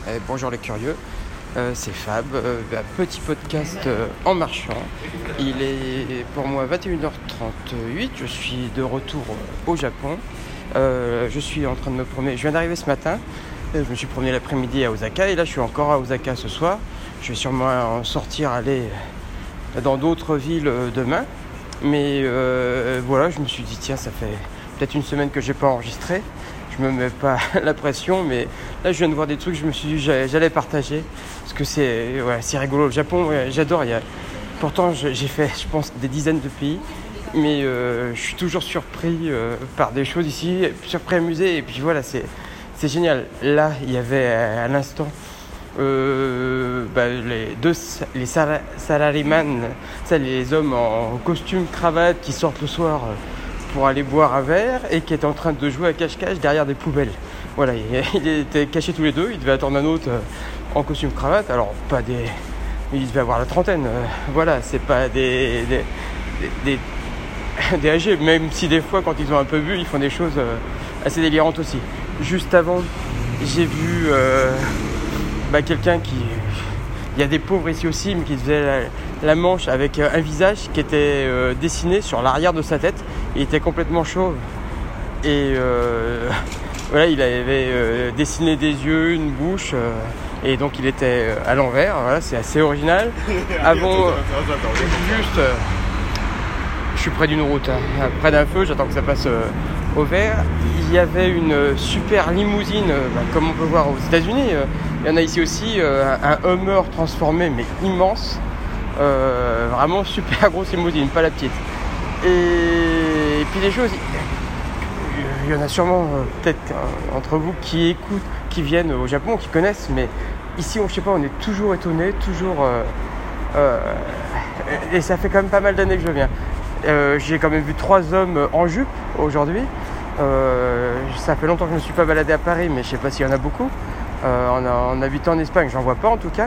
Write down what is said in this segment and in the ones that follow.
Bonjour les curieux, c'est Fab, petit podcast en marchant. Il est pour moi 21h38, je suis de retour au Japon. Je suis en train de me promener, je viens d'arriver ce matin, je me suis promené l'après-midi à Osaka et là je suis encore à Osaka ce soir. Je vais sûrement en sortir, aller dans d'autres villes demain. Mais voilà, je me suis dit tiens, ça fait peut-être une semaine que j'ai pas enregistré. Je me mets pas la pression, mais là je viens de voir des trucs, je me suis dit j'allais partager parce que c'est rigolo. Le Japon, j'adore. Pourtant j'ai fait, je pense, des dizaines de pays, mais je suis toujours surpris par des choses ici, surpris, amusé, et puis voilà, c'est génial. Là, il y avait à l'instant les salaryman, les hommes en costume cravate qui sortent le soir pour aller boire un verre et qui était en train de jouer à cache-cache derrière des poubelles. Voilà, ils étaient cachés tous les deux, ils devaient attendre un autre en costume cravate, alors pas des... ils devaient avoir la trentaine, voilà, c'est pas des âgés, même si des fois quand ils ont un peu bu, ils font des choses assez délirantes aussi. Juste avant, j'ai vu quelqu'un qui... Il y a des pauvres ici aussi, mais qui faisait la manche avec un visage qui était dessiné sur l'arrière de sa tête. Il était complètement chauve. Et voilà, il avait dessiné des yeux, une bouche, et donc il était à l'envers. Voilà, c'est assez original. Avant, juste, je suis près d'une route, près d'un feu, j'attends que ça passe au vert. Il y avait une super limousine, comme on peut voir aux États-Unis. Il y en a ici aussi, un Hummer transformé, mais immense. Vraiment super grosse limousine, pas la petite. Et puis des choses, il y en a sûrement peut-être entre vous qui écoutent, qui viennent au Japon, qui connaissent, mais ici, je sais pas, on est toujours étonnés, toujours... et ça fait quand même pas mal d'années que je viens. J'ai quand même vu 3 hommes en jupe aujourd'hui. Ça fait longtemps que je ne me suis pas baladé à Paris, mais je sais pas s'il y en a beaucoup. En habitant en Espagne, j'en vois pas en tout cas.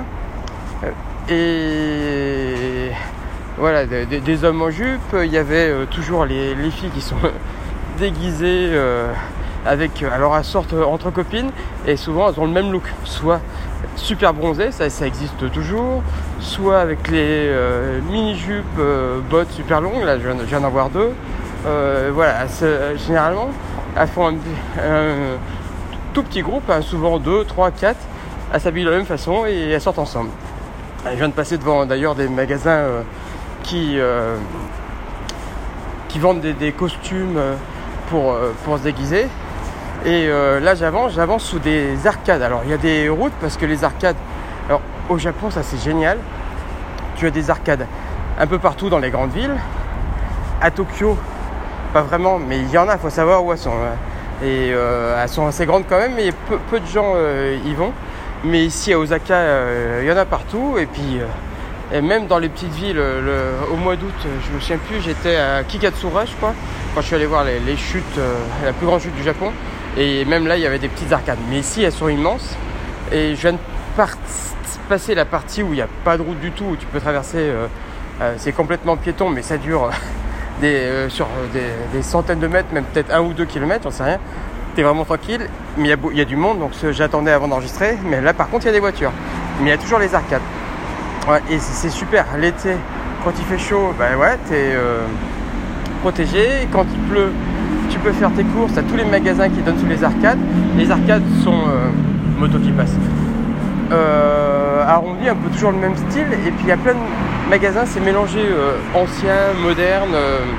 Et voilà, des hommes en jupe. Il y avait toujours les filles qui sont déguisées avec, alors elles sortent entre copines et souvent elles ont le même look, soit super bronzées, ça existe toujours, soit avec les mini-jupes, bottes super longues, là je viens d'en voir 2. Voilà, généralement elles font un tout petit groupe, souvent 2, 3, 4, elles s'habillent de la même façon et elles sortent ensemble. Je viens de passer devant d'ailleurs des magasins qui vendent des costumes pour se déguiser. Et là j'avance sous des arcades. Alors il y a des routes parce que les arcades, alors au Japon ça c'est génial. Tu as des arcades un peu partout dans les grandes villes. À Tokyo, pas vraiment, mais il y en a, il faut savoir où elles sont. Et elles sont assez grandes quand même, mais peu de gens y vont. Mais ici à Osaka, il y en a partout. Et puis et même dans les petites villes, au mois d'août, je me souviens plus, j'étais à Kikatsura, je crois, quand je suis allé voir les chutes, la plus grande chute du Japon. Et même là, il y avait des petites arcades. Mais ici, elles sont immenses. Et je viens de passer la partie où il n'y a pas de route du tout, où tu peux traverser. C'est complètement piéton, mais ça dure sur des centaines de mètres, même peut-être 1 ou 2 kilomètres, j'en sais rien. T'es vraiment tranquille. Mais il y a du monde, donc j'attendais avant d'enregistrer. Mais là, par contre, il y a des voitures. Mais il y a toujours les arcades. Ouais, et c'est super. L'été, quand il fait chaud, t'es protégé. Quand il pleut, tu peux faire tes courses. T'as tous les magasins qui donnent sous les arcades. Les arcades sont moto qui passent. Arrondi, un peu toujours le même style. Et puis il y a plein de magasins, c'est mélangé ancien, moderne.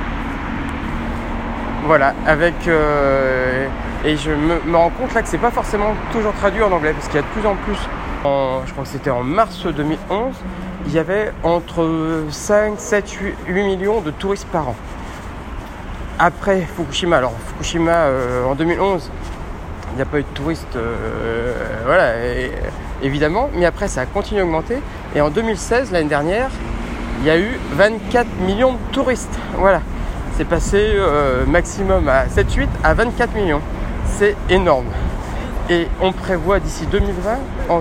Voilà, avec... et je me rends compte là que c'est pas forcément toujours traduit en anglais, parce qu'il y a de plus en plus... je crois que c'était en mars 2011, il y avait entre 5, 7, 8 millions de touristes par an. Après Fukushima, alors Fukushima en 2011, il n'y a pas eu de touristes, voilà, évidemment, mais après ça a continué à augmenter. Et en 2016, l'année dernière, il y a eu 24 millions de touristes. Voilà, c'est passé maximum à 7-8 à 24 millions. C'est énorme. Et on prévoit d'ici 2020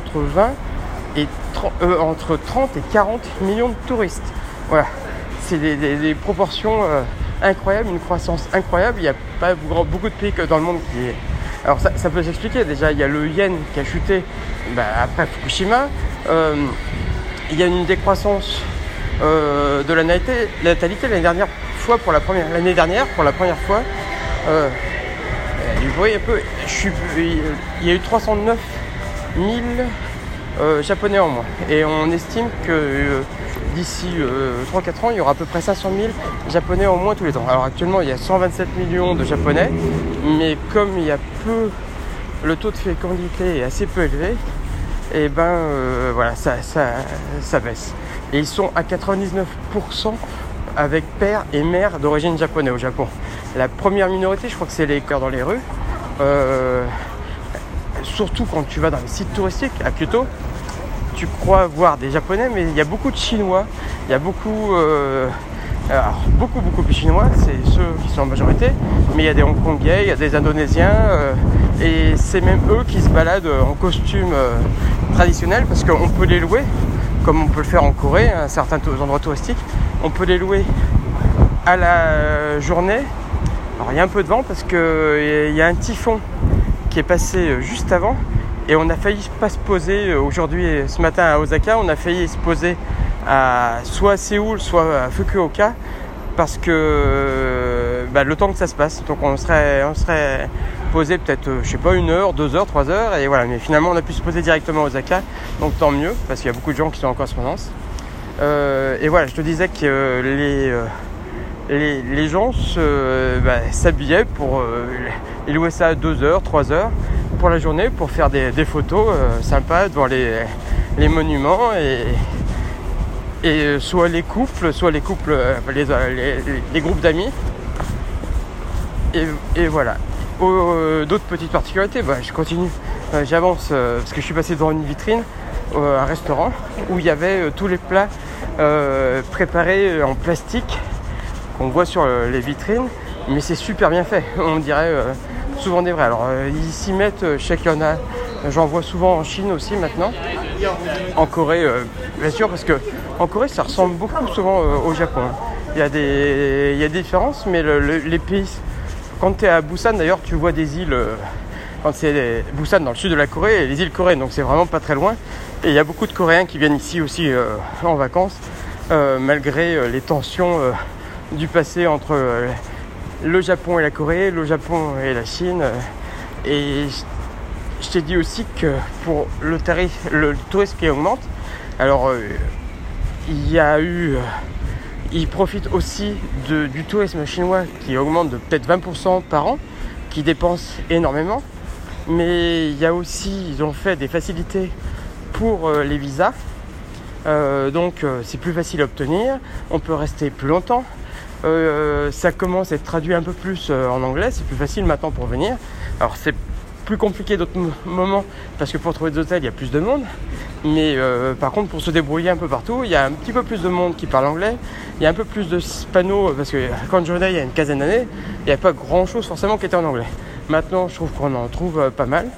entre 30 et 40 millions de touristes. Voilà, c'est des proportions incroyables, une croissance incroyable. Il n'y a pas beaucoup de pays dans le monde Alors ça peut s'expliquer. Déjà, il y a le yen qui a chuté après Fukushima. Il y a une décroissance de la natalité l'année dernière pour la première fois. Du bruit un peu. Il y a eu 309 000 Japonais en moins. Et on estime que d'ici 3-4 ans, il y aura à peu près 500 000 Japonais en moins tous les ans. Alors actuellement, il y a 127 millions de Japonais, mais comme il y a le taux de fécondité est assez peu élevé, et voilà, ça baisse. Et ils sont à 99% avec père et mère d'origine japonaise au Japon. La première minorité, je crois que c'est les cœurs dans les rues. Surtout quand tu vas dans les sites touristiques à Kyoto, tu crois voir des Japonais, mais il y a beaucoup de Chinois. Il y a beaucoup plus Chinois, c'est ceux qui sont en majorité. Mais il y a des Hongkongais, il y a des Indonésiens, et c'est même eux qui se baladent en costume traditionnel, parce qu'on peut les louer, comme on peut le faire en Corée, à certains endroits touristiques. On peut les louer à la journée. Alors il y a un peu de vent parce qu'il y a un typhon qui est passé juste avant, et on a failli pas se poser aujourd'hui, ce matin à Osaka, on a failli se poser soit à Séoul, soit à Fukuoka, parce que le temps que ça se passe. Donc on serait posé peut-être, 1 heure, 2 heures, 3 heures, et voilà. Mais finalement on a pu se poser directement à Osaka, donc tant mieux, parce qu'il y a beaucoup de gens qui sont en correspondance. Et voilà, je te disais que les gens s'habillaient pour ils louaient ça à 2 heures, 3 heures pour la journée, pour faire des photos sympas devant les monuments, et soit les couples, les groupes d'amis, et voilà. D'autres petites particularités, je continue, j'avance parce que je suis passé devant une vitrine, un restaurant où il y avait tous les plats préparés en plastique qu'on voit sur les vitrines, mais c'est super bien fait, on dirait souvent des vrais. Alors ils s'y mettent, je sais qu'il y en a, j'en vois souvent en Chine aussi maintenant, en Corée bien sûr, parce que en Corée ça ressemble beaucoup souvent au Japon. Il y a des différences, mais les pays, quand tu es à Busan d'ailleurs, tu vois des îles, quand c'est Busan dans le sud de la Corée, et les îles coréennes, donc c'est vraiment pas très loin, et il y a beaucoup de Coréens qui viennent ici aussi en vacances, malgré les tensions du passé entre le Japon et la Corée, le Japon et la Chine. Et je t'ai dit aussi que pour le tourisme qui augmente, alors il profite aussi du tourisme chinois qui augmente de peut-être 20% par an, qui dépense énormément. Mais il y a aussi, ils ont fait des facilités pour les visas, donc c'est plus facile à obtenir, on peut rester plus longtemps. Ça commence à être traduit un peu plus en anglais, c'est plus facile maintenant pour venir. Alors c'est plus compliqué d'autres moments parce que pour trouver des hôtels il y a plus de monde, mais par contre pour se débrouiller un peu partout, il y a un petit peu plus de monde qui parle anglais, il y a un peu plus de panneaux, parce que quand je venais il y a une quinzaine d'années, il n'y avait pas grand chose forcément qui était en anglais. Maintenant je trouve qu'on en trouve pas mal,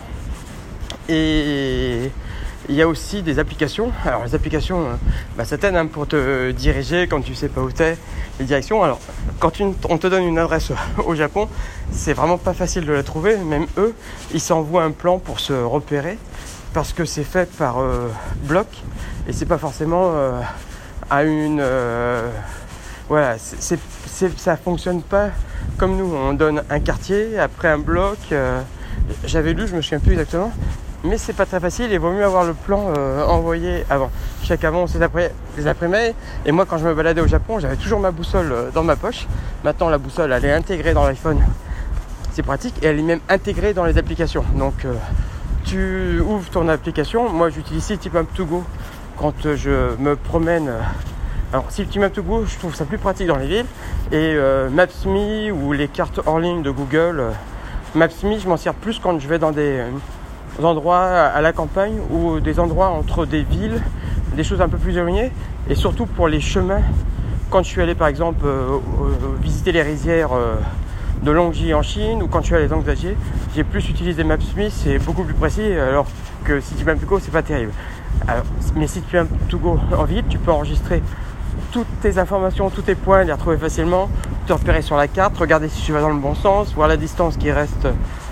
et il y a aussi des applications. Alors les applications, ça t'aide pour te diriger quand tu sais pas où t'es, les directions. Alors quand on te donne une adresse au Japon, c'est vraiment pas facile de la trouver. Même eux, ils s'envoient un plan pour se repérer, parce que c'est fait par bloc, et c'est pas forcément à une... voilà, ça fonctionne pas comme nous. On donne un quartier, après un bloc. J'avais lu, je me souviens plus exactement. Mais c'est pas très facile, il vaut mieux avoir le plan envoyé avant. Je sais qu'avant on s'est imprimé, et moi quand je me baladais au Japon, j'avais toujours ma boussole dans ma poche. Maintenant la boussole elle est intégrée dans l'iPhone, c'est pratique, et elle est même intégrée dans les applications. Donc tu ouvres ton application, moi j'utilise Citymap2Go quand je me promène. Alors Citymap2Go, je trouve ça plus pratique dans les villes, et Maps.me ou les cartes hors ligne de Google. Maps.me je m'en sers plus quand je vais dans des endroits à la campagne, ou des endroits entre des villes, des choses un peu plus éloignées, et surtout pour les chemins. Quand je suis allé par exemple visiter les rizières de Longji en Chine, ou quand je suis allé dans Zhangjiajie, j'ai plus utilisé Maps.me, c'est beaucoup plus précis, alors que Citymap2Go c'est pas terrible. Alors, mais Citymap2Go en ville, tu peux enregistrer toutes tes informations, tous tes points, les retrouver facilement, te repérer sur la carte, regarder si tu vas dans le bon sens, voir la distance qui reste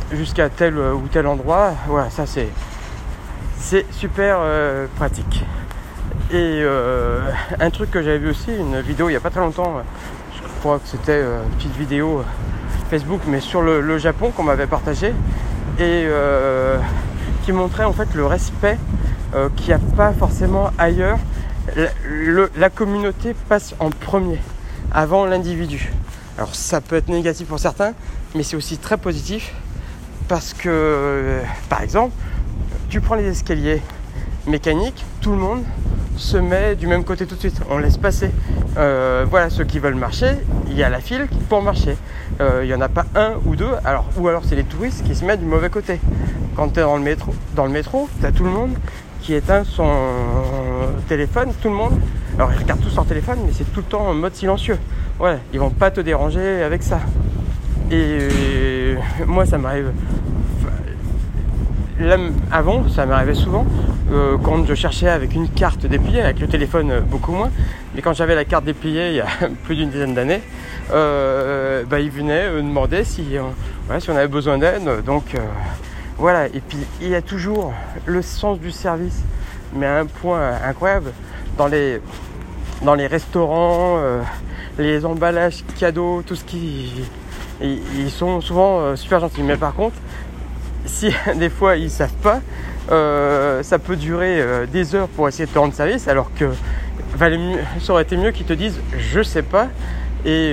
jusqu'à tel ou tel endroit. Voilà, ça c'est super pratique. Et un truc que j'avais vu aussi, une vidéo il n'y a pas très longtemps, je crois que c'était une petite vidéo Facebook, mais sur le Japon qu'on m'avait partagé, et qui montrait en fait le respect qu'il n'y a pas forcément ailleurs. La communauté passe en premier, avant l'individu. Alors ça peut être négatif pour certains, mais c'est aussi très positif, parce que, par exemple, tu prends les escaliers mécaniques, tout le monde se met du même côté tout de suite, on laisse passer. Voilà, ceux qui veulent marcher, il y a la file pour marcher. Il n'y en a pas un ou deux, ou alors c'est les touristes qui se mettent du mauvais côté. Quand tu es dans le métro, tu as tout le monde qui éteint son téléphone, tout le monde. Alors ils regardent tous leur téléphone, mais c'est tout le temps en mode silencieux. Ouais, ils vont pas te déranger avec ça. Et moi ça m'arrive. Là, avant, ça m'arrivait souvent quand je cherchais avec une carte dépliée, avec le téléphone beaucoup moins, mais quand j'avais la carte dépliée il y a plus d'une dizaine d'années, ils venaient demander si on avait besoin d'aide. Donc voilà, et puis il y a toujours le sens du service, mais à un point incroyable, dans les restaurants, les emballages cadeaux, tout ce qui... Ils sont souvent super gentils, mais par contre, si des fois ils savent pas, ça peut durer des heures pour essayer de te rendre service, alors que ça aurait été mieux qu'ils te disent je sais pas, et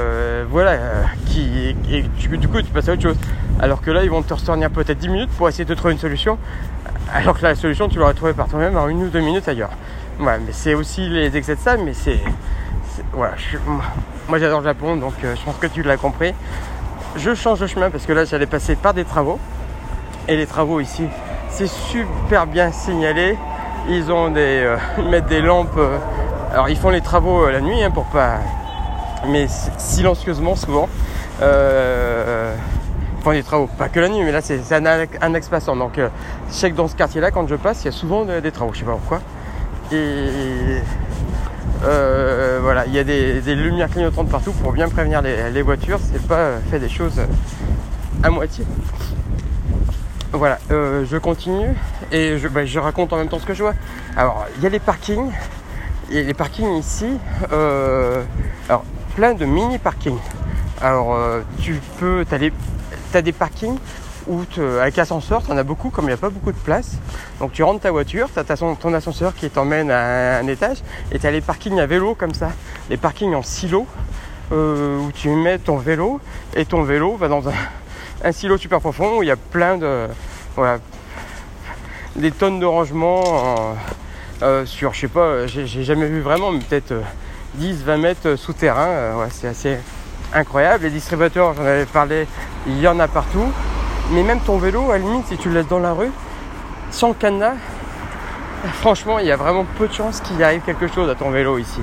du coup tu passes à autre chose, alors que là ils vont te retenir peut-être 10 minutes pour essayer de trouver une solution, alors que la solution tu l'aurais trouvée par toi-même en 1 ou 2 minutes ailleurs. Ouais, mais c'est aussi les excès de ça, mais voilà, moi j'adore le Japon, donc je pense que tu l'as compris. Je change de chemin parce que là j'allais passer par des travaux. Et les travaux ici, c'est super bien signalé. Ils mettent des lampes. Alors ils font les travaux la nuit pour pas, mais silencieusement souvent. Ils font des travaux, pas que la nuit, mais là c'est un axe passant. Donc je sais que dans ce quartier-là, quand je passe, il y a souvent des travaux. Je sais pas pourquoi. Et voilà, il y a des lumières clignotantes partout pour bien prévenir les voitures. C'est pas fait des choses à moitié. Voilà, je continue et je raconte en même temps ce que je vois. Alors, il y a les parkings. Et les parkings ici, alors plein de mini parkings. Alors, t'as des parkings où avec ascenseur, t'en as beaucoup, comme il n'y a pas beaucoup de place. Donc tu rentres ta voiture, t'as ton ascenseur qui t'emmène à un étage, et t'as les parkings à vélo comme ça, les parkings en silo, où tu mets ton vélo, et ton vélo va dans un silo super profond où il y a plein de... Voilà, des tonnes de rangements sur, je sais pas, j'ai jamais vu vraiment, mais peut-être 10-20 mètres souterrains. Ouais, c'est assez incroyable. Les distributeurs, j'en avais parlé, il y en a partout. Mais même ton vélo, à la limite, si tu le laisses dans la rue, sans cadenas, franchement, il y a vraiment peu de chances qu'il arrive quelque chose à ton vélo ici.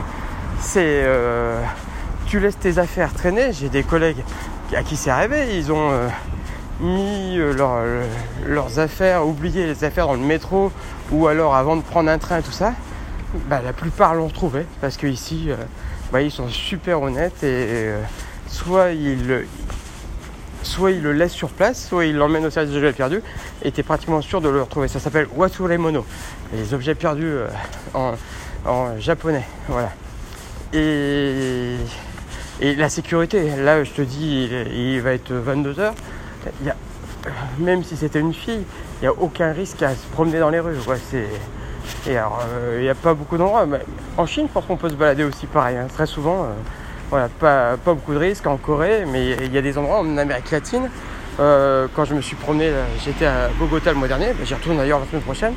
Tu laisses tes affaires traîner. J'ai des collègues à qui c'est arrivé, ils ont mis leurs affaires, oublié les affaires dans le métro, ou alors avant de prendre un train, tout ça. La plupart l'ont retrouvé, parce qu'ici, ils sont super honnêtes, et soit ils le laissent sur place, soit ils l'emmènent au service des objets perdus, et tu es pratiquement sûr de le retrouver. Ça s'appelle Wasuremono, les objets perdus en japonais. Voilà. Et la sécurité, là je te dis, il va être 22h. Même si c'était une fille, il n'y a aucun risque à se promener dans les rues. Ouais, et alors, il n'y a pas beaucoup d'endroits. Mais en Chine, je pense qu'on peut se balader aussi pareil. Très souvent, pas beaucoup de risques. En Corée, mais il y a des endroits en Amérique latine. Quand je me suis promené, j'étais à Bogota le mois dernier. J'y retourne d'ailleurs la semaine prochaine.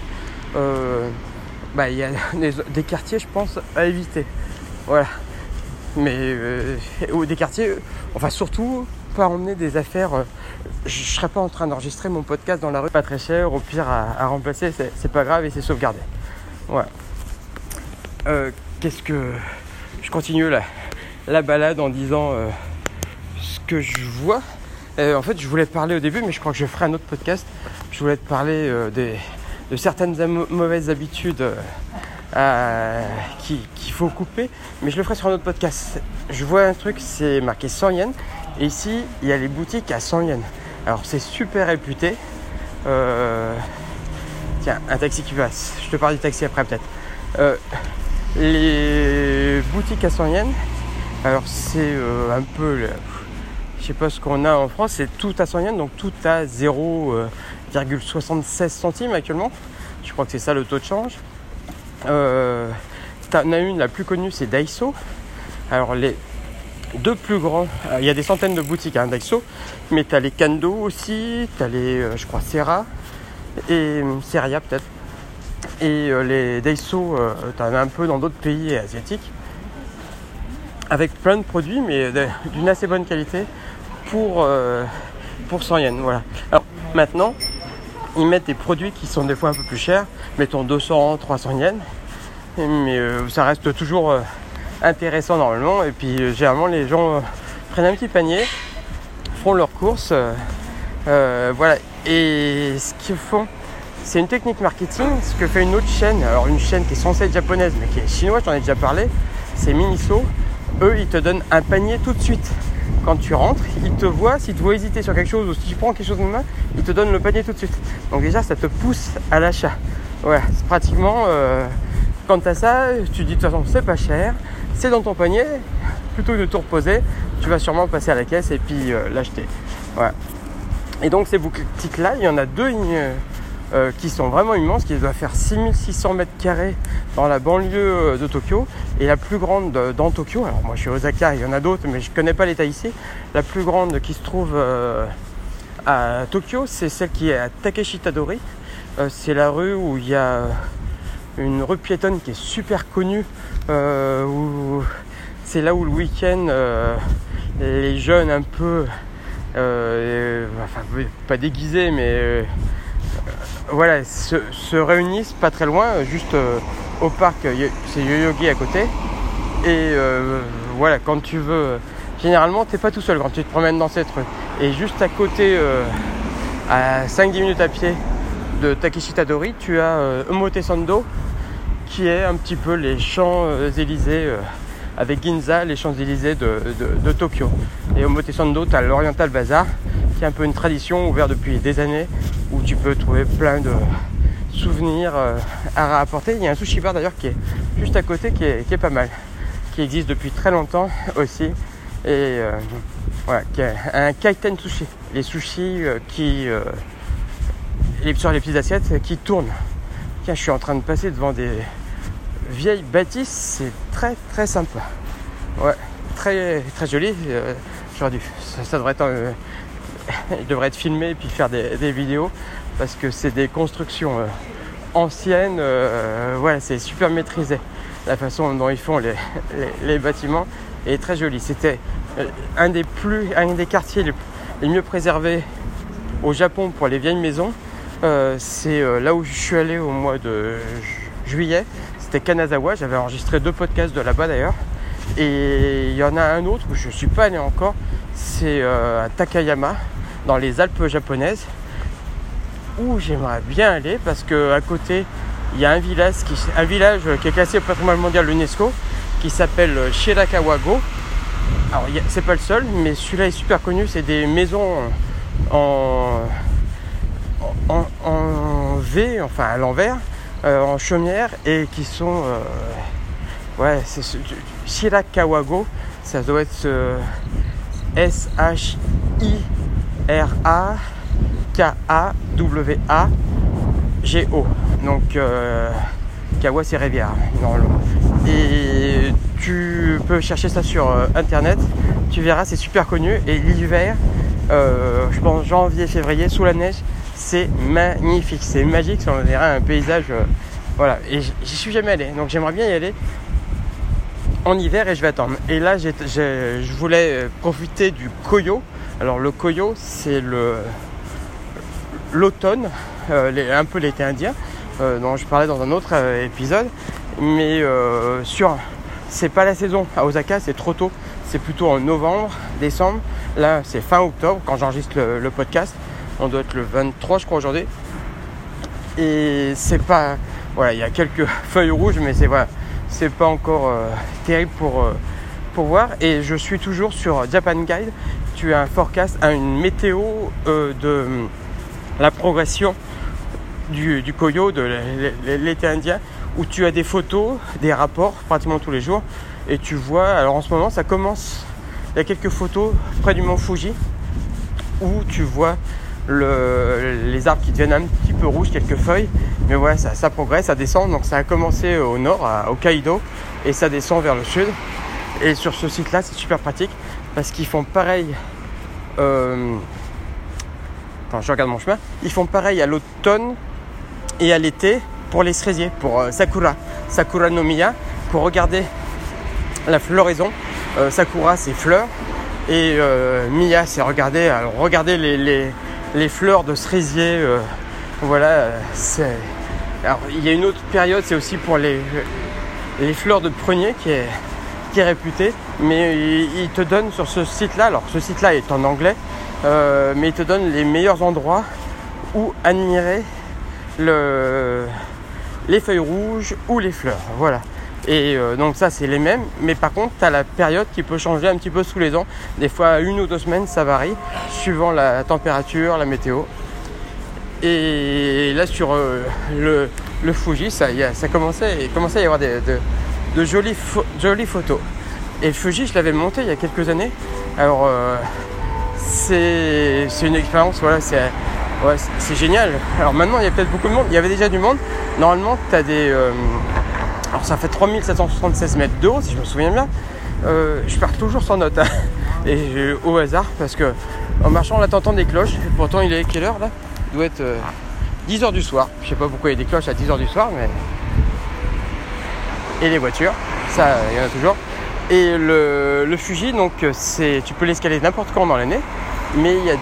Il y a des quartiers, je pense, à éviter. Voilà. Mais des quartiers, surtout pas emmener des affaires. Je serais pas en train d'enregistrer mon podcast dans la rue, pas très cher, au pire à remplacer, c'est pas grave et c'est sauvegardé. Voilà. Je continue la balade en disant ce que je vois. En fait, je voulais te parler au début, mais je crois que je ferai un autre podcast. Je voulais te parler de certaines mauvaises habitudes qu'il faut couper, mais je le ferai sur un autre podcast. Je vois un truc, c'est marqué 100 yens, et ici il y a les boutiques à 100 yens. Alors c'est super réputé. Tiens, un taxi qui passe. Je te parle du taxi après peut-être. Les boutiques à 100 yens, alors c'est un peu, je sais pas ce qu'on a en France, c'est tout à 100 yens, donc tout à 0,76 centimes actuellement. Je crois que c'est ça le taux de change. T'en as une, la plus connue, c'est Daiso. Alors les deux plus grands, il y a des centaines de boutiques Daiso, mais t'as les Kando aussi, t'as les, je crois, Serra et Seria peut-être. Et les Daiso, t'en as un peu dans d'autres pays asiatiques, avec plein de produits, mais d'une assez bonne qualité pour 100 yens. Voilà. Alors maintenant, ils mettent des produits qui sont des fois un peu plus chers, mettons 200, 300 yens, mais ça reste toujours intéressant normalement. Et puis généralement, les gens prennent un petit panier, font leurs courses, voilà. Et ce qu'ils font, c'est une technique marketing, ce que fait une autre chaîne, alors une chaîne qui est censée être japonaise mais qui est chinoise, j'en ai déjà parlé, c'est Miniso. Eux, ils te donnent un panier tout de suite. Quand tu rentres, ils te voient, si tu dois hésiter sur quelque chose ou si tu prends quelque chose de main, ils te donnent le panier tout de suite. Donc déjà, ça te pousse à l'achat. Voilà, c'est pratiquement, quand tu as ça, tu dis de toute façon, c'est pas cher, c'est dans ton panier, plutôt que de te reposer, tu vas sûrement passer à la caisse et puis l'acheter. Voilà. Et donc ces boutiques-là, il y en a deux qui sont vraiment immenses, qui doivent faire 6600 mètres carrés dans la banlieue de Tokyo, et la plus grande dans Tokyo, alors moi je suis à Osaka, il y en a d'autres mais je ne connais pas l'état ici, la plus grande qui se trouve à Tokyo, c'est celle qui est à Takeshita-dori. C'est la rue où il y a une rue piétonne qui est super connue, où c'est là où le week-end les jeunes un peu enfin pas déguisés mais voilà, se réunissent pas très loin, juste au parc, c'est Yoyogi à côté. Et voilà, quand tu veux, généralement t'es pas tout seul quand tu te promènes dans cette rue. Et juste à côté, à 5-10 minutes à pied de Takeshita-dori, tu as Omotesando, qui est un petit peu les Champs-Élysées avec Ginza, les Champs-Élysées de Tokyo. Et Omotesando, tu as l'Oriental Bazaar, qui est un peu une tradition ouverte depuis des années, où tu peux trouver plein de souvenirs à rapporter. Il y a un sushi bar d'ailleurs qui est juste à côté, qui est pas mal, qui existe depuis très longtemps aussi, et voilà, qui est un kaiten sushi, les sushis sur les petites assiettes qui tournent. Tiens, je suis en train de passer devant des vieilles bâtisses, c'est très très sympa, ouais, très très joli. Ça devrait être il devrait être filmé et puis faire des vidéos, parce que c'est des constructions anciennes, voilà, c'est super maîtrisé la façon dont ils font les bâtiments, est très joli. C'était un des quartiers les mieux préservés au Japon pour les vieilles maisons. C'est là où je suis allé au mois de juillet, c'était Kanazawa. J'avais enregistré 2 podcasts de là-bas d'ailleurs, et il y en a un autre où je ne suis pas allé encore, c'est à Takayama, dans les Alpes japonaises, où j'aimerais bien aller, parce qu'à côté il y a un village qui est classé au patrimoine mondial de l'UNESCO, qui s'appelle Shirakawa-go. Alors c'est pas le seul, mais celui-là est super connu. C'est des maisons en V, enfin à l'envers, en chaumière, et qui sont ouais, c'est Shirakawa-go, ça doit être Shirakawa-go. Donc Kawa, c'est rivière normalement. Et tu peux chercher ça sur internet, tu verras, c'est super connu. Et l'hiver, je pense janvier, février, sous la neige, c'est magnifique, c'est magique, ça on dirait un paysage, voilà. Et j'y suis jamais allé, donc j'aimerais bien y aller en hiver, et je vais attendre. Et là je voulais profiter du Koyo. Alors le Koyo, c'est l'automne, un peu l'été indien, dont je parlais dans un autre épisode, mais c'est pas la saison à Osaka, c'est trop tôt, c'est plutôt en novembre, décembre. Là c'est fin octobre quand j'enregistre le podcast, on doit être le 23 je crois aujourd'hui, et c'est pas, voilà, il y a quelques feuilles rouges, mais c'est pas encore terrible pour voir. Et je suis toujours sur Japan Guide. Tu as un forecast, une météo de la progression du Koyo, de l'été indien, où tu as des photos, des rapports pratiquement tous les jours. Et tu vois, alors en ce moment ça commence, il y a quelques photos près du mont Fuji où tu vois les arbres qui deviennent un petit peu rouges, quelques feuilles, mais voilà, ça progresse, ça descend. Donc ça a commencé au nord, à Hokkaido, et ça descend vers le sud. Et sur ce site là c'est super pratique parce qu'ils font pareil je regarde mon chemin, ils font pareil à l'automne et à l'été pour les cerisiers, pour Sakura no Miya, pour regarder la floraison. Sakura c'est fleurs et Miya c'est regarder les fleurs de cerisier. Voilà, alors il y a une autre période, c'est aussi pour les fleurs de prunier qui est réputée, mais il te donne sur ce site là, alors ce site là est en anglais, mais il te donne les meilleurs endroits où admirer les feuilles rouges ou les fleurs, voilà. Et donc ça c'est les mêmes, mais par contre tu as la période qui peut changer un petit peu sous les ans. Des fois 1 ou 2 semaines, ça varie suivant la température, la météo. Et là sur le Fuji, il commençait à y avoir de jolies photos. Et le Fuji, je l'avais monté il y a quelques années. Alors c'est une expérience, voilà, c'est génial. Alors maintenant il y a peut-être beaucoup de monde, il y avait déjà du monde. Normalement tu as des... alors ça fait 3776 mètres de haut si je me souviens bien. Je pars toujours sans note, hein. Et au hasard, parce que en marchant là t'entends des cloches. Et pourtant il est quelle heure là? Il doit être 10h du soir. Je sais pas pourquoi il y a des cloches à 10h du soir, mais... Et les voitures, ça il y en a toujours. Et le Fuji, donc tu peux l'escalader n'importe quand dans l'année, mais il y a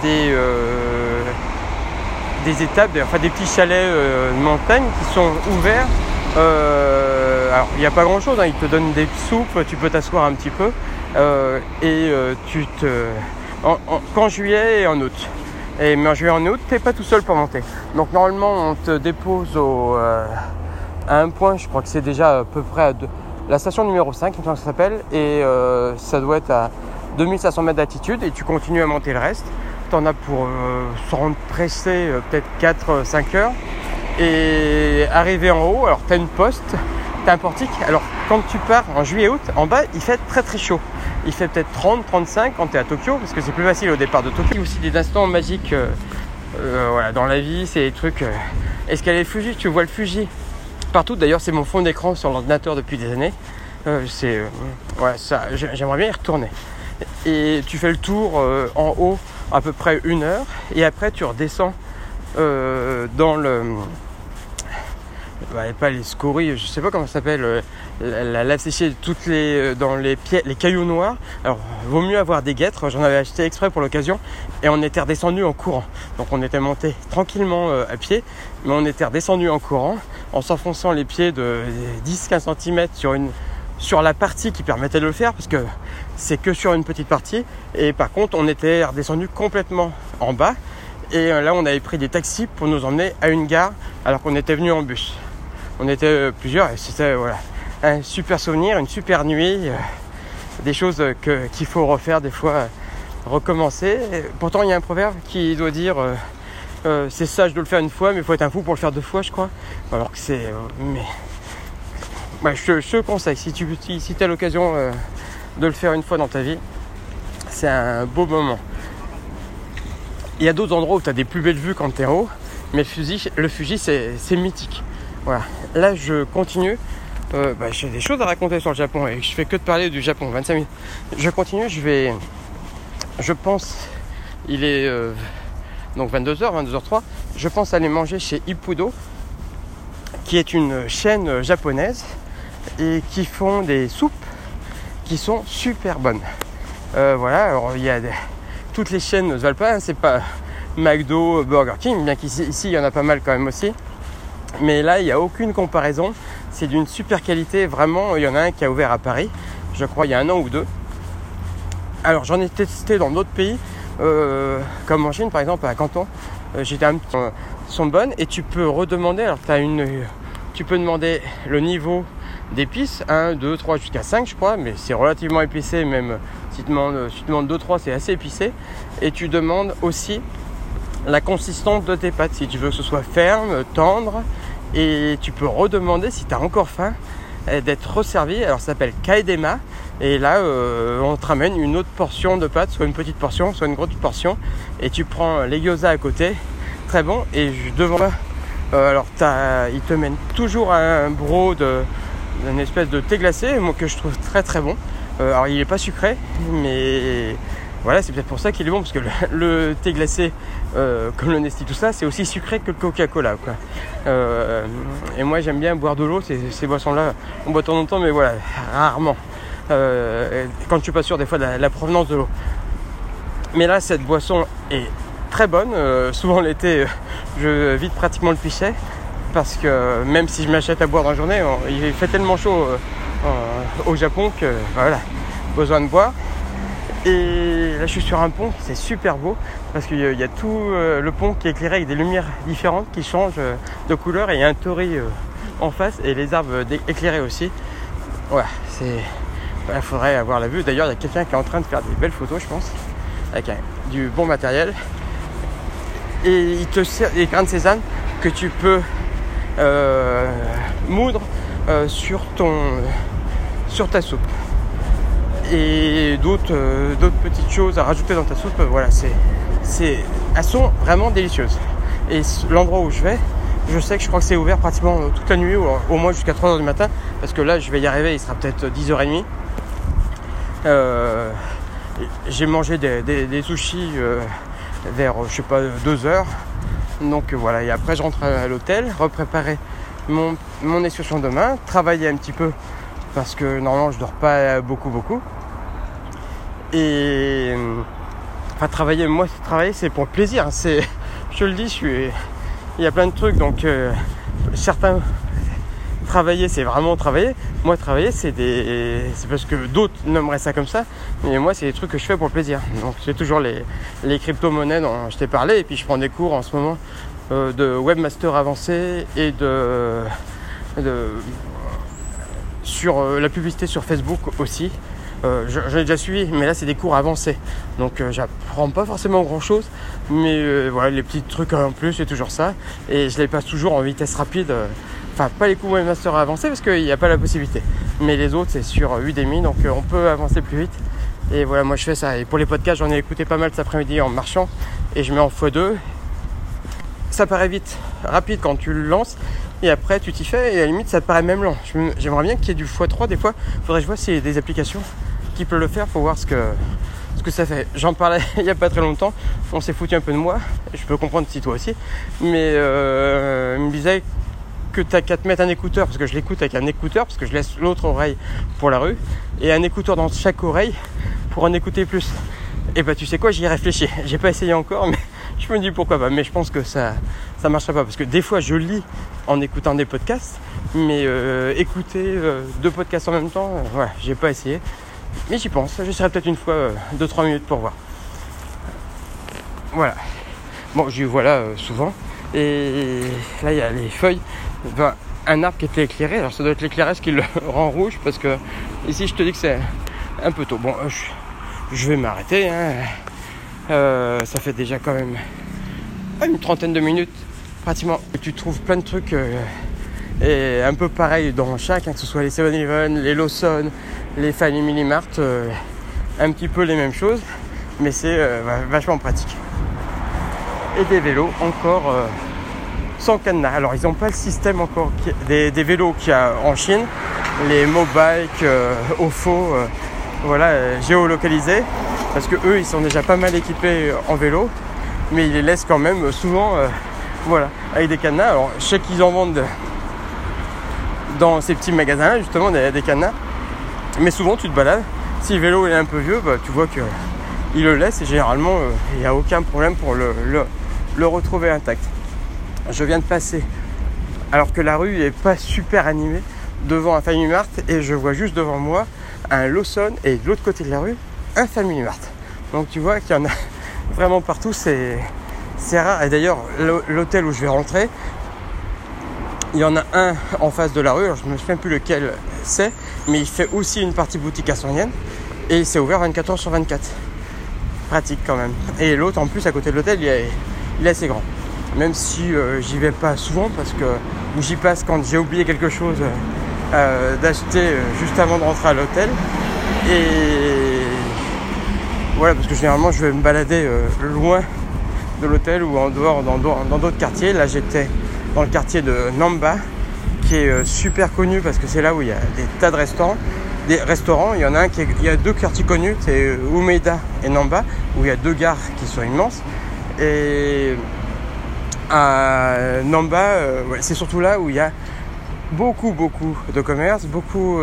des étapes, enfin des petits chalets de montagne qui sont ouverts. Alors il n'y a pas grand chose, hein. Ils te donnent des soupes, tu peux t'asseoir un petit peu, qu'en juillet et en août. Mais en juillet et en août, t'es pas tout seul pour monter. Donc normalement on te dépose à un point, je crois que c'est déjà à peu près à la station numéro 5, il me semble que ça s'appelle, et ça doit être à 2500 mètres d'altitude, et tu continues à monter le reste. T'en as pour se rendre pressé peut-être 4-5 heures. Et arrivé en haut, alors tu as une poste, tu as un portique. Alors quand tu pars en juillet-août, en bas il fait très très chaud. Il fait peut-être 30-35 quand tu es à Tokyo, parce que c'est plus facile au départ de Tokyo. Il y a aussi des instants magiques voilà, dans la vie, c'est des trucs... escalader le Fuji, tu vois le Fuji partout. D'ailleurs c'est mon fond d'écran sur l'ordinateur depuis des années. Ouais, ça, j'aimerais bien y retourner. Et tu fais le tour en haut à peu près 1 heure, et après tu redescends dans le... pas les scories, je sais pas comment ça s'appelle, la lave séchée dans les cailloux noirs. Alors vaut mieux avoir des guêtres, j'en avais acheté exprès pour l'occasion, et on était redescendu en courant. Donc on était monté tranquillement à pied, mais on était redescendu en courant, en s'enfonçant les pieds de 10-15 cm sur la partie qui permettait de le faire, parce que c'est que sur une petite partie. Et par contre on était redescendu complètement en bas, et là on avait pris des taxis pour nous emmener à une gare alors qu'on était venu en bus. On était plusieurs, et c'était voilà, un super souvenir, une super nuit, des choses qu'il faut refaire des fois, recommencer. Et pourtant il y a un proverbe qui doit dire c'est sage de le faire une fois, mais il faut être un fou pour le faire 2 fois, je crois. Alors que c'est... je te conseille, si tu as l'occasion de le faire une fois dans ta vie, c'est un beau moment. Il y a d'autres endroits où tu as des plus belles vues quand tu es en haut, mais le Fuji c'est mythique. Voilà. Là je continue, j'ai des choses à raconter sur le Japon, et je fais que de parler du Japon, 25 minutes. Je continue, je pense, il est donc 22h, 22h03, je pense aller manger chez Ippudo, qui est une chaîne japonaise, et qui font des soupes qui sont super bonnes. Voilà, alors il y a toutes les chaînes ne se valent pas, hein, c'est pas McDo, Burger King, bien qu'ici il y en a pas mal quand même aussi. Mais là il n'y a aucune comparaison, c'est d'une super qualité, vraiment. Il y en a un qui a ouvert à Paris, je crois il y a 1 an ou 2. Alors j'en ai testé dans d'autres pays, comme en Chine par exemple, à Canton. Sont bonnes, et tu peux redemander. Alors tu peux demander le niveau d'épices, 1, 2, 3 jusqu'à 5 je crois, mais c'est relativement épicé, même si tu demandes 2-3 c'est assez épicé. Et tu demandes aussi la consistance de tes pâtes, si tu veux que ce soit ferme, tendre, et tu peux redemander si tu as encore faim d'être resservi. Alors ça s'appelle kaedema, et là on te ramène une autre portion de pâtes, soit une petite portion, soit une grosse portion, et tu prends les gyoza à côté, très bon. Et devant là, alors ils te mènent toujours un broc d'une espèce de thé glacé, moi que je trouve très très bon. Alors il n'est pas sucré, mais voilà, c'est peut-être pour ça qu'il est bon, parce que le thé glacé, comme le Nestlé, tout ça, c'est aussi sucré que le Coca-Cola, quoi. Et moi, j'aime bien boire de l'eau, ces boissons-là, on boit de temps en temps, mais voilà, rarement. Quand je suis pas sûr des fois de la provenance de l'eau. Mais là, cette boisson est très bonne. Souvent l'été, je vide pratiquement le pichet, parce que même si je m'achète à boire dans la journée, il fait tellement chaud au Japon que voilà, besoin de boire. Et là je suis sur un pont, c'est super beau parce qu'il y a tout le pont qui est éclairé avec des lumières différentes qui changent de couleur, et il y a un torii en face et les arbres éclairés aussi. Voilà, il faudrait avoir la vue. D'ailleurs il y a quelqu'un qui est en train de faire des belles photos, je pense, avec du bon matériel. Et il te sert des grains de sésame que tu peux moudre sur ta soupe. Et d'autres petites choses à rajouter dans ta soupe. Voilà, elles sont vraiment délicieuses. Et l'endroit où je vais, je sais que je crois que c'est ouvert pratiquement toute la nuit, ou au moins jusqu'à 3h du matin, parce que là je vais y arriver, il sera peut-être 10h30. J'ai mangé des sushis vers, je sais pas, 2h. Donc voilà, et après je rentre à l'hôtel, repréparer mon excursion demain, travailler un petit peu, parce que normalement je dors pas beaucoup. Et enfin travailler c'est pour le plaisir, je te le dis, il y a plein de trucs, donc certains travailler c'est vraiment travailler. Moi travailler c'est parce que d'autres nommeraient ça comme ça, mais moi c'est des trucs que je fais pour le plaisir. Donc c'est toujours les crypto-monnaies dont je t'ai parlé, et puis je prends des cours en ce moment de webmaster avancé et sur la publicité sur Facebook aussi. J'en ai déjà suivi, mais là c'est des cours avancés, donc j'apprends pas forcément grand chose, mais voilà, les petits trucs en plus, c'est toujours ça, et je les passe toujours en vitesse rapide. Enfin, pas les cours webmaster avancés parce qu'il n'y a pas la possibilité, mais les autres c'est sur Udemy, donc on peut avancer plus vite. Et voilà, moi je fais ça. Et pour les podcasts, j'en ai écouté pas mal cet après-midi en marchant, et je mets en x2. Ça paraît rapide quand tu le lances, et après tu t'y fais, et à la limite ça te paraît même lent. J'aimerais bien qu'il y ait du x3 des fois. Faudrait que je vois s'il y a des applications qui peuvent le faire pour voir ce que ça fait. J'en parlais il n'y a pas très longtemps, on s'est foutu un peu de moi, je peux comprendre si toi aussi, mais il me disait que t'as qu'à te mettre un écouteur, parce que je l'écoute avec un écouteur, parce que je laisse l'autre oreille pour la rue, et un écouteur dans chaque oreille pour en écouter plus. Et bah tu sais quoi, j'y ai réfléchi, j'ai pas essayé encore, mais je me dis pourquoi pas, mais je pense que ça marcherait pas, parce que des fois je lis en écoutant des podcasts, mais écouter 2 podcasts en même temps, voilà, j'ai pas essayé, mais j'y pense, j'essaierai peut-être une fois 2-3 minutes pour voir. Voilà, bon, j'y vois là souvent, et là il y a les feuilles, un arbre qui était éclairé, alors ça doit être l'éclairage qui le rend rouge, parce que ici je te dis que c'est un peu tôt. Bon, je vais m'arrêter, hein. Ça fait déjà quand même une trentaine de minutes pratiquement. Tu trouves plein de trucs et un peu pareil dans chaque, que ce soit les 7-Eleven, les Lawson, les Family Mart, un petit peu les mêmes choses, mais c'est vachement pratique. Et des vélos encore sans cadenas. Alors ils n'ont pas le système encore des vélos qu'il y a en Chine, les Mobike, Ofo, géolocalisés, parce que eux ils sont déjà pas mal équipés en vélo, mais ils les laissent quand même souvent avec des cadenas. Alors je sais qu'ils en vendent dans ces petits magasins là justement des cadenas, mais souvent tu te balades, si le vélo est un peu vieux, tu vois qu'ils le laissent, et généralement il n'y a aucun problème pour le retrouver intact. Je viens de passer, alors que la rue n'est pas super animée, devant un Family Mart, et je vois juste devant moi un Lawson, et de l'autre côté de la rue un Family Mart. Donc tu vois qu'il y en a vraiment partout, c'est rare. Et d'ailleurs l'hôtel où je vais rentrer, Il y en a un en face de la rue, alors je ne me souviens plus lequel c'est, mais il fait aussi une partie boutique à 100 yens et c'est ouvert 24 heures sur 24. Pratique quand même. Et l'autre en plus à côté de l'hôtel, il est assez grand. Même si j'y vais pas souvent parce que j'y passe quand j'ai oublié quelque chose d'acheter juste avant de rentrer à l'hôtel. Et voilà, parce que généralement je vais me balader loin de l'hôtel ou en dehors dans d'autres quartiers. Là j'étais dans le quartier de Namba qui est super connu parce que c'est là où il y a des tas de restaurants. Il y en a il y a deux quartiers connus, c'est Umeda et Namba, où il y a deux gares qui sont immenses. Et à Namba, c'est surtout là où il y a beaucoup de commerce, beaucoup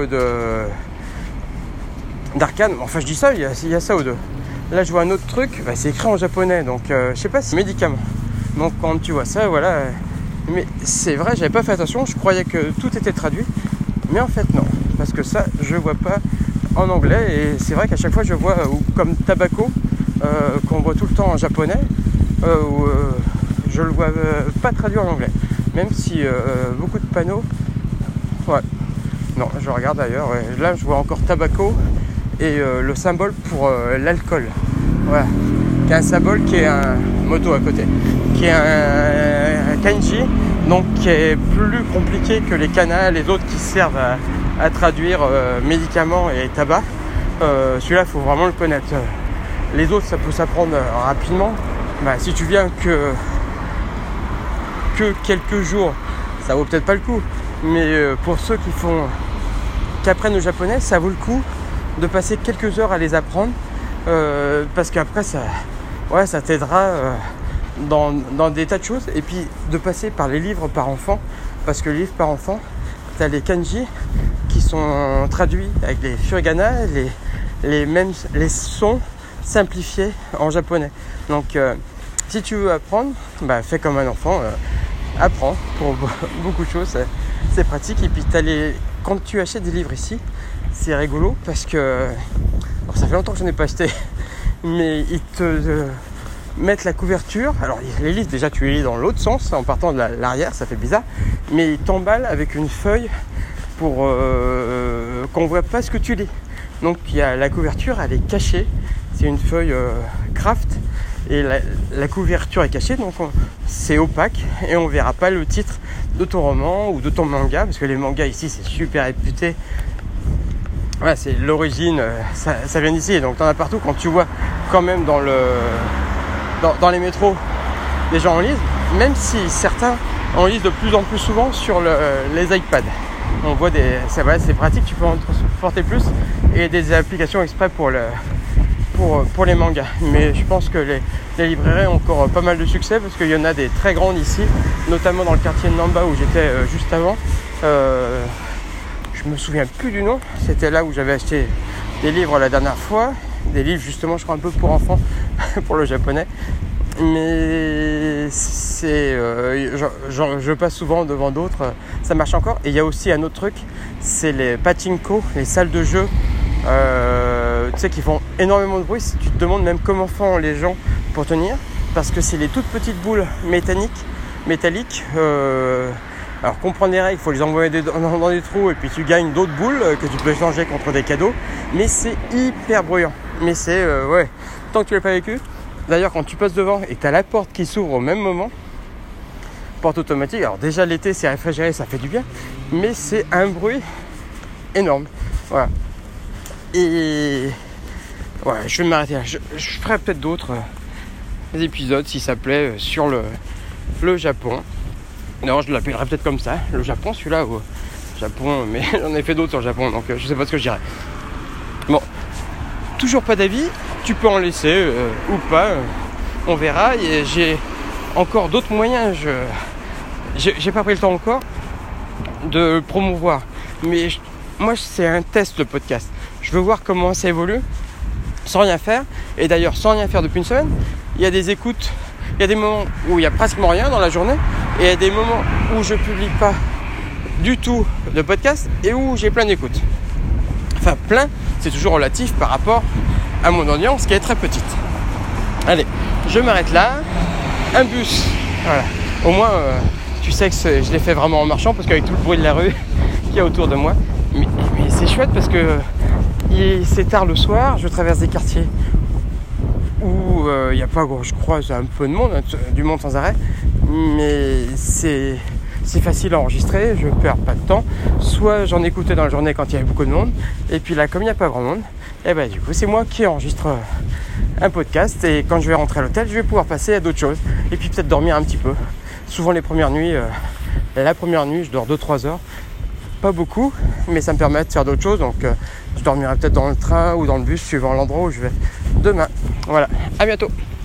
d'arcades. Enfin je dis ça, il y a ça ou deux. Là je vois un autre truc, c'est écrit en japonais, donc je sais pas si c'est médicament. Donc quand tu vois ça, voilà. Mais c'est vrai, j'avais pas fait attention, je croyais que tout était traduit. Mais en fait non, parce que ça je vois pas en anglais. Et c'est vrai qu'à chaque fois je vois comme Tabaco, qu'on voit tout le temps en japonais, je le vois pas traduit en anglais. Même si beaucoup de panneaux. Ouais. Non, je regarde ailleurs. Ouais. Là je vois encore Tabaco et le symbole pour l'alcool. Voilà. Qui est un symbole qui est un moto à côté. Qui est un kanji, donc qui est plus compliqué que les kana, les autres qui servent à traduire médicaments et tabac. Celui-là, il faut vraiment le connaître. Les autres, ça peut s'apprendre rapidement. Si tu viens que quelques jours, ça vaut peut-être pas le coup. Mais pour ceux qui apprennent le japonais, ça vaut le coup de passer quelques heures à les apprendre. Parce qu'après, ça t'aidera dans des tas de choses. Et puis de passer par les livres par enfant. Parce que les livres par enfant, tu as les kanji qui sont traduits avec les furigana, les sons simplifiés en japonais. Donc si tu veux apprendre, fais comme un enfant, apprends pour beaucoup de choses, c'est pratique. Et puis quand tu achètes des livres ici, c'est rigolo parce que ça fait longtemps que je n'en ai pas acheté, mais ils te mettent la couverture. Alors les livres, déjà tu les lis dans l'autre sens en partant de l'arrière, ça fait bizarre, mais ils t'emballent avec une feuille pour qu'on voit pas ce que tu lis. Donc il y a la couverture, elle est cachée, c'est une feuille craft et la couverture est cachée, donc c'est opaque et on verra pas le titre de ton roman ou de ton manga, parce que les mangas ici c'est super réputé. Ouais, c'est l'origine, ça vient d'ici, donc t'en as partout. Quand tu vois quand même dans les métros des gens en lisent, même si certains en lisent de plus en plus souvent sur les iPads. On voit c'est pratique, tu peux en transporter plus, et des applications exprès pour les mangas. Mais je pense que les librairies ont encore pas mal de succès parce qu'il y en a des très grandes ici, notamment dans le quartier de Namba où j'étais juste avant. Je me souviens plus du nom, c'était là où j'avais acheté des livres la dernière fois, des livres justement je crois un peu pour enfants, pour le japonais. Mais je passe souvent devant d'autres, ça marche encore. Et il y a aussi un autre truc, c'est les pachinko, les salles de jeu, qui font énormément de bruit. Si tu te demandes même comment font les gens pour tenir, parce que c'est les toutes petites boules métalliques. Alors comprendre les règles, il faut les envoyer dans des trous et puis tu gagnes d'autres boules que tu peux échanger contre des cadeaux. Mais c'est hyper bruyant. Mais c'est, tant que tu l'as pas vécu. D'ailleurs, quand tu passes devant et tu as la porte qui s'ouvre au même moment, porte automatique, alors déjà l'été c'est réfrigéré, ça fait du bien, mais c'est un bruit énorme. Voilà. Et ouais, je vais m'arrêter là. Je ferai peut-être d'autres épisodes si ça plaît sur le Japon. Non, je l'appellerai peut-être comme ça, le Japon, celui-là, ou Japon, mais j'en ai fait d'autres sur le Japon, donc je sais pas ce que je dirais. Bon, toujours pas d'avis, tu peux en laisser ou pas, on verra. Et j'ai encore d'autres moyens, j'ai pas pris le temps encore de promouvoir, mais moi c'est un test le podcast. Je veux voir comment ça évolue sans rien faire. Et d'ailleurs, sans rien faire depuis une semaine, il y a des écoutes. Il y a des moments où il n'y a pratiquement rien dans la journée et il y a des moments où je ne publie pas du tout de podcast et où j'ai plein d'écoutes. Enfin plein, c'est toujours relatif par rapport à mon audience qui est très petite. Allez, je m'arrête là. Un bus, voilà. Au moins tu sais que je l'ai fait vraiment en marchant parce qu'avec tout le bruit de la rue qu'il y a autour de moi. Mais c'est chouette parce que c'est tard le soir, je traverse des quartiers où il n'y a pas, je crois, un peu de monde, du monde sans arrêt, mais c'est facile à enregistrer, je perds pas de temps. Soit j'en écoutais dans la journée quand il y avait beaucoup de monde, et puis là, comme il n'y a pas grand monde, et ben du coup, c'est moi qui enregistre un podcast, et quand je vais rentrer à l'hôtel, je vais pouvoir passer à d'autres choses, et puis peut-être dormir un petit peu. Souvent les premières nuits, la première nuit, je dors 2-3 heures, pas beaucoup, mais ça me permet de faire d'autres choses, donc je dormirai peut-être dans le train ou dans le bus, suivant l'endroit où je vais demain. Voilà, à bientôt.